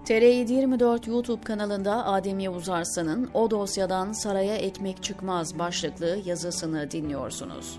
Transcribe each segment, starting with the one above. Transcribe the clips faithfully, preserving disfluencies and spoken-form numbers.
T R yedi yirmi dört YouTube kanalında Adem Yavuz Arslan'ın "O dosyadan saraya ekmek çıkmaz" başlıklı yazısını dinliyorsunuz.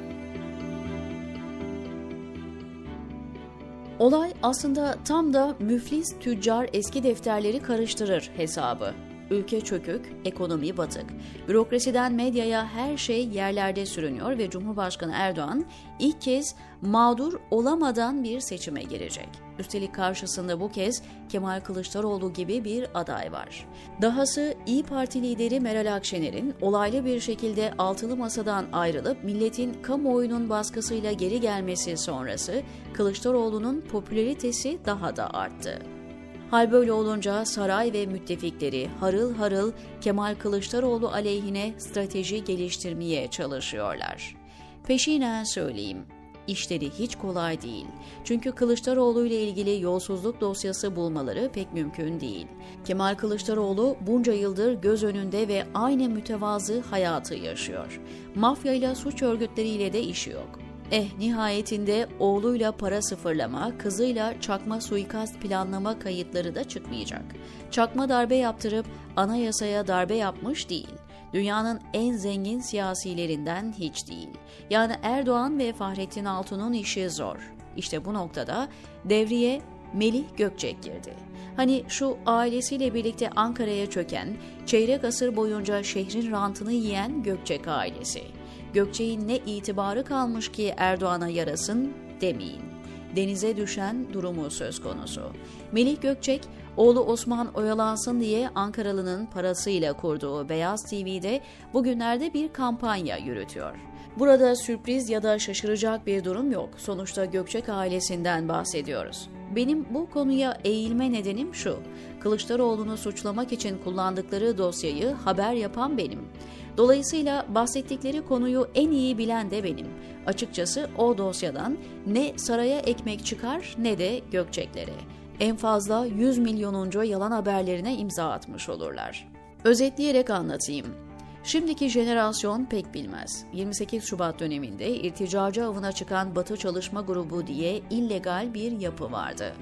Olay aslında tam da müflis tüccar eski defterleri karıştırır hesabı. Ülke çökük, ekonomi batık. Bürokrasiden medyaya her şey yerlerde sürünüyor ve Cumhurbaşkanı Erdoğan ilk kez mağdur olamadan bir seçime girecek. Üstelik karşısında bu kez Kemal Kılıçdaroğlu gibi bir aday var. Dahası İYİ Parti lideri Meral Akşener'in olaylı bir şekilde altılı masadan ayrılıp milletin kamuoyunun baskısıyla geri gelmesi sonrası Kılıçdaroğlu'nun popülaritesi daha da arttı. Hal böyle olunca saray ve müttefikleri harıl harıl Kemal Kılıçdaroğlu aleyhine strateji geliştirmeye çalışıyorlar. Peşinen söyleyeyim, işleri hiç kolay değil. Çünkü Kılıçdaroğlu ile ilgili yolsuzluk dosyası bulmaları pek mümkün değil. Kemal Kılıçdaroğlu bunca yıldır göz önünde ve aynı mütevazı hayatı yaşıyor. Mafyayla, suç örgütleriyle de işi yok. Eh nihayetinde oğluyla para sıfırlama, kızıyla çakma suikast planlama kayıtları da çıkmayacak. Çakma darbe yaptırıp anayasaya darbe yapmış değil. Dünyanın en zengin siyasilerinden hiç değil. Yani Erdoğan ve Fahrettin Altun'un işi zor. İşte bu noktada devreye Melih Gökçek girdi. Hani şu ailesiyle birlikte Ankara'ya çöken, çeyrek asır boyunca şehrin rantını yiyen Gökçek ailesi. Gökçek'in ne itibarı kalmış ki Erdoğan'a yarasın demeyin. Denize düşen durumu söz konusu. Melih Gökçek, oğlu Osman oyalansın diye Ankaralı'nın parasıyla kurduğu Beyaz T V'de bugünlerde bir kampanya yürütüyor. Burada sürpriz ya da şaşıracak bir durum yok. Sonuçta Gökçek ailesinden bahsediyoruz. Benim bu konuya eğilme nedenim şu: Kılıçdaroğlu'nu suçlamak için kullandıkları dosyayı haber yapan benim. Dolayısıyla bahsettikleri konuyu en iyi bilen de benim. Açıkçası o dosyadan ne saraya ekmek çıkar ne de Gökçeklere. En fazla yüz milyonuncu yalan haberlerine imza atmış olurlar. Özetleyerek anlatayım. Şimdiki jenerasyon pek bilmez. yirmi sekiz Şubat döneminde irticacı avına çıkan Batı Çalışma Grubu diye illegal bir yapı vardı.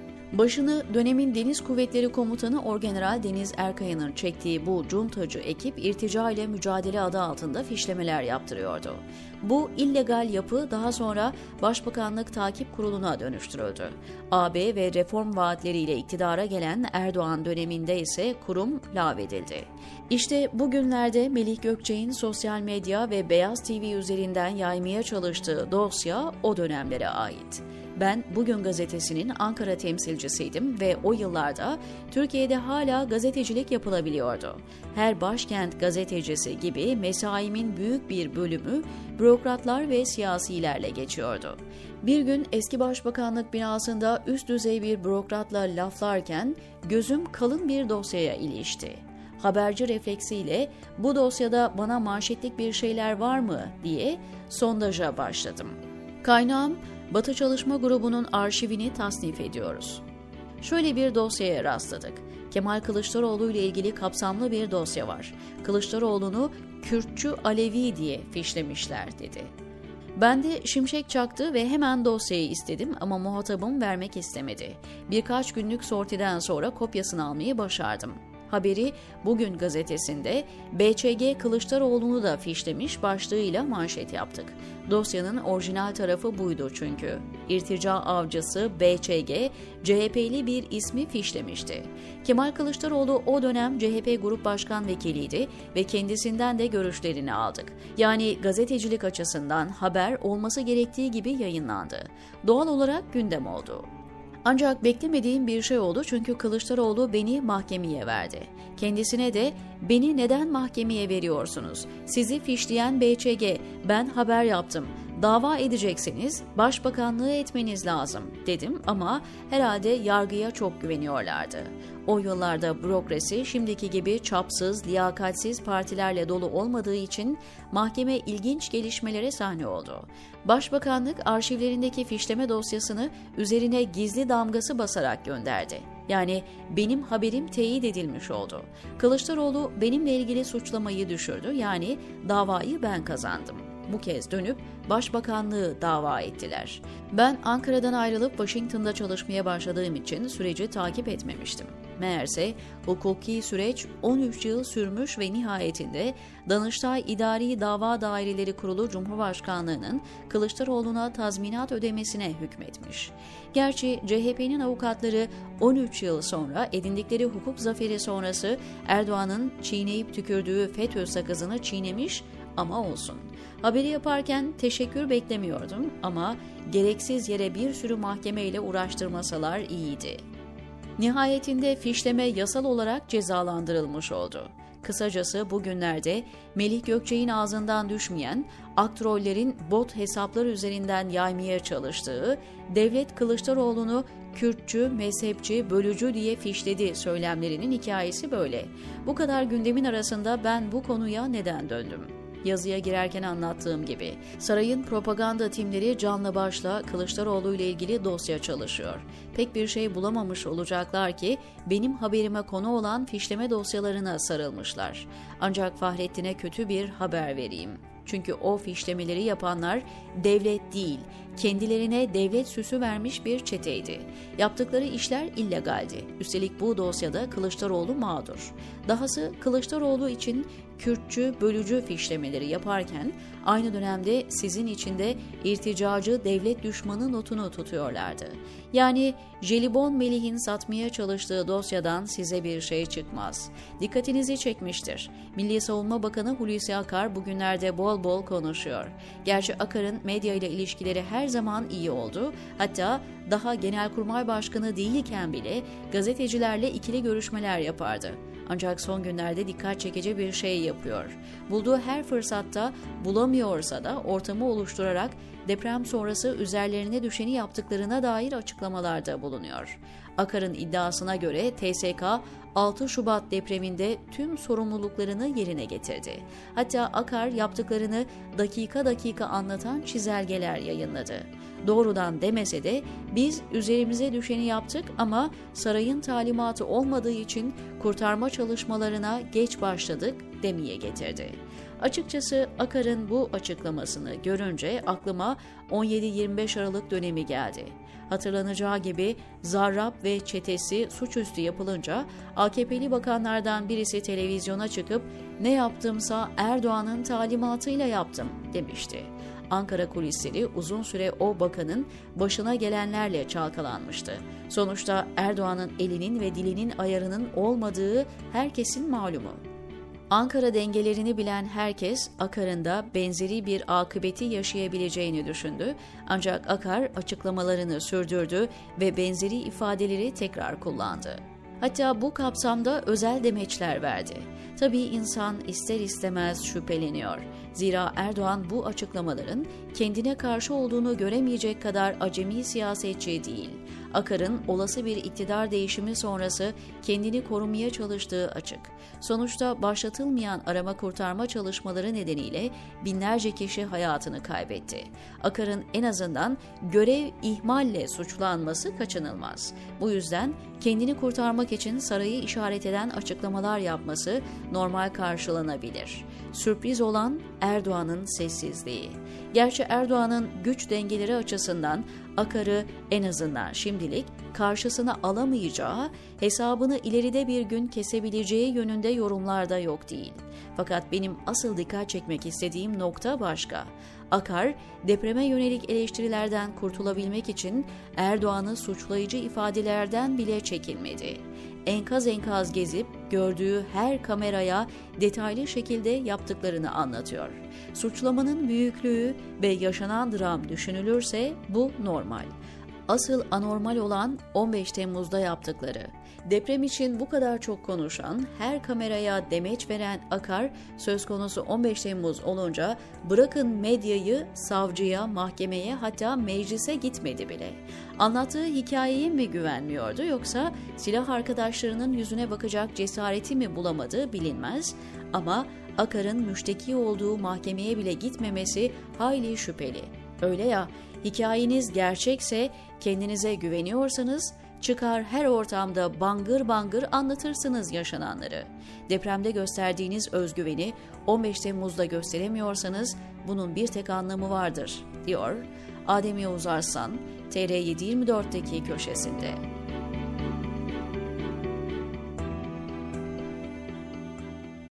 Başını dönemin Deniz Kuvvetleri Komutanı Orgeneral Deniz Erkaya'nın çektiği bu cuntacı ekip irtica ile mücadele adı altında fişlemeler yaptırıyordu. Bu illegal yapı daha sonra Başbakanlık Takip Kurulu'na dönüştürüldü. A B ve reform vaatleriyle iktidara gelen Erdoğan döneminde ise kurum lağvedildi. İşte bugünlerde Melih Gökçek'in sosyal medya ve Beyaz T V üzerinden yaymaya çalıştığı dosya o dönemlere ait. Ben Bugün Gazetesi'nin Ankara temsilcisiydim ve o yıllarda Türkiye'de hala gazetecilik yapılabiliyordu. Her başkent gazetecisi gibi mesaimin büyük bir bölümü bürokratlar ve siyasilerle geçiyordu. Bir gün eski başbakanlık binasında üst düzey bir bürokratla laflarken gözüm kalın bir dosyaya ilişti. Haberci refleksiyle "Bu dosyada bana manşetlik bir şeyler var mı?" diye sondaja başladım. Kaynağım Batı Çalışma Grubu'nun arşivini tasnif ediyoruz. Şöyle bir dosyaya rastladık. Kemal Kılıçdaroğlu ile ilgili kapsamlı bir dosya var. Kılıçdaroğlu'nu Kürtçü Alevi diye fişlemişler dedi. Ben de şimşek çaktı ve hemen dosyayı istedim ama muhatabım vermek istemedi. Birkaç günlük sortiden sonra kopyasını almayı başardım. Haberi Bugün Gazetesi'nde B Ç G Kılıçdaroğlu'nu da fişlemiş başlığıyla manşet yaptık. Dosyanın orijinal tarafı buydu çünkü. İrtica avcısı B Ç G, C H P'li bir ismi fişlemişti. Kemal Kılıçdaroğlu o dönem C H P Grup Başkan Vekiliydi ve kendisinden de görüşlerini aldık. Yani gazetecilik açısından haber olması gerektiği gibi yayınlandı. Doğal olarak gündem oldu. Ancak beklemediğim bir şey oldu çünkü Kılıçdaroğlu beni mahkemeye verdi. Kendisine de "Beni neden mahkemeye veriyorsunuz? Sizi fişleyen B Ç G, ben haber yaptım. Dava edecekseniz başbakanlığı etmeniz lazım" dedim ama herhalde yargıya çok güveniyorlardı. O yıllarda bürokrasi şimdiki gibi çapsız, liyakatsiz partilerle dolu olmadığı için mahkeme ilginç gelişmelere sahne oldu. Başbakanlık arşivlerindeki fişleme dosyasını üzerine gizli damgası basarak gönderdi. Yani benim haberim teyit edilmiş oldu. Kılıçdaroğlu benimle ilgili suçlamayı düşürdü, yani davayı ben kazandım. bu kez dönüp Başbakanlığı dava ettiler. Ben Ankara'dan ayrılıp Washington'da çalışmaya başladığım için süreci takip etmemiştim. Meğerse hukuki süreç on üç yıl sürmüş ve nihayetinde Danıştay İdari Dava Daireleri Kurulu Cumhurbaşkanlığı'nın Kılıçdaroğlu'na tazminat ödemesine hükmetmiş. Gerçi C H P'nin avukatları on üç yıl sonra edindikleri hukuk zaferi sonrası Erdoğan'ın çiğneyip tükürdüğü FETÖ sakızını çiğnemiş ama olsun. Haberi yaparken teşekkür beklemiyordum ama gereksiz yere bir sürü mahkemeyle uğraştırmasalar iyiydi. Nihayetinde fişleme yasal olarak cezalandırılmış oldu. Kısacası bugünlerde Melih Gökçek'in ağzından düşmeyen, aktrollerin bot hesaplar üzerinden yaymaya çalıştığı, Devlet Kılıçdaroğlu'nu Kürtçü, mezhepçi, bölücü diye fişledi söylemlerinin hikayesi böyle. Bu kadar gündemin arasında ben bu konuya neden döndüm? Yazıya girerken anlattığım gibi sarayın propaganda timleri canla başla Kılıçdaroğlu ile ilgili dosya çalışıyor. Pek bir şey bulamamış olacaklar ki benim haberime konu olan fişleme dosyalarına sarılmışlar. Ancak Fahrettin'e kötü bir haber vereyim. Çünkü o fişlemeleri yapanlar devlet değil, kendilerine devlet süsü vermiş bir çeteydi. Yaptıkları işler illegaldi. Üstelik bu dosyada Kılıçdaroğlu mağdur. Dahası Kılıçdaroğlu için Kürtçü, bölücü fişlemeleri yaparken aynı dönemde sizin için de irticacı devlet düşmanı notunu tutuyorlardı. Yani Jelibon Melih'in satmaya çalıştığı dosyadan size bir şey çıkmaz. Dikkatinizi çekmiştir. Milli Savunma Bakanı Hulusi Akar bugünlerde bol bol konuşuyor. Gerçi Akar'ın medya ile ilişkileri her zaman iyi oldu. Hatta daha Genelkurmay Başkanı değilken bile gazetecilerle ikili görüşmeler yapardı. Ancak son günlerde dikkat çekici bir şey yapıyor. Bulduğu her fırsatta bulamıyorsa da ortamı oluşturarak deprem sonrası üzerlerine düşeni yaptıklarına dair açıklamalarda bulunuyor. Akar'ın iddiasına göre T S K altı Şubat depreminde tüm sorumluluklarını yerine getirdi. Hatta Akar yaptıklarını dakika dakika anlatan çizelgeler yayınladı. Doğrudan demese de biz üzerimize düşeni yaptık ama sarayın talimatı olmadığı için kurtarma çalışmalarına geç başladık demeye getirdi. Açıkçası Akar'ın bu açıklamasını görünce aklıma on yedi yirmi beş Aralık dönemi geldi. Hatırlanacağı gibi Zarrab ve çetesi suçüstü yapılınca A K P'li bakanlardan birisi televizyona çıkıp "Ne yaptımsa Erdoğan'ın talimatıyla yaptım" demişti. Ankara kulisleri uzun süre o bakanın başına gelenlerle çalkalanmıştı. Sonuçta Erdoğan'ın elinin ve dilinin ayarının olmadığı herkesin malumu. Ankara dengelerini bilen herkes Akar'ın da benzeri bir akıbeti yaşayabileceğini düşündü. Ancak Akar açıklamalarını sürdürdü ve benzeri ifadeleri tekrar kullandı. Hatta bu kapsamda özel demeçler verdi. Tabii insan ister istemez şüpheleniyor. Zira Erdoğan bu açıklamaların kendine karşı olduğunu göremeyecek kadar acemi siyasetçi değil. Akar'ın olası bir iktidar değişimi sonrası kendini korumaya çalıştığı açık. Sonuçta başlatılmayan arama kurtarma çalışmaları nedeniyle binlerce kişi hayatını kaybetti. Akar'ın en azından görev ihmalle suçlanması kaçınılmaz. Bu yüzden kendini kurtarmak için sarayı işaret eden açıklamalar yapması normal karşılanabilir. Sürpriz olan Erdoğan'ın sessizliği. Gerçi Erdoğan'ın güç dengeleri açısından Akar'ı en azından şimdilik karşısına alamayacağı, hesabını ileride bir gün kesebileceği yönünde yorumlar da yok değil. Fakat benim asıl dikkat çekmek istediğim nokta başka. Akar, depreme yönelik eleştirilerden kurtulabilmek için Erdoğan'ı suçlayıcı ifadelerden bile çekinmedi. Enkaz enkaz gezip gördüğü her kameraya detaylı şekilde yaptıklarını anlatıyor. Suçlamanın büyüklüğü ve yaşanan dram düşünülürse bu normal. Asıl anormal olan on beş Temmuz'da yaptıkları. Deprem için bu kadar çok konuşan, her kameraya demeç veren Akar, söz konusu on beş Temmuz olunca bırakın medyayı, savcıya, mahkemeye, hatta meclise gitmedi bile. Anlattığı hikayeye mi güvenmiyordu yoksa silah arkadaşlarının yüzüne bakacak cesareti mi bulamadı bilinmez ama Akar'ın müşteki olduğu mahkemeye bile gitmemesi hayli şüpheli. Öyle ya, hikayeniz gerçekse, kendinize güveniyorsanız Çıkar her ortamda bangır bangır anlatırsınız yaşananları. Depremde gösterdiğiniz özgüveni on beş Temmuz'da gösteremiyorsanız bunun bir tek anlamı vardır, diyor Adem Yavuz Arslan, T R yedi yirmi dört'teki köşesinde.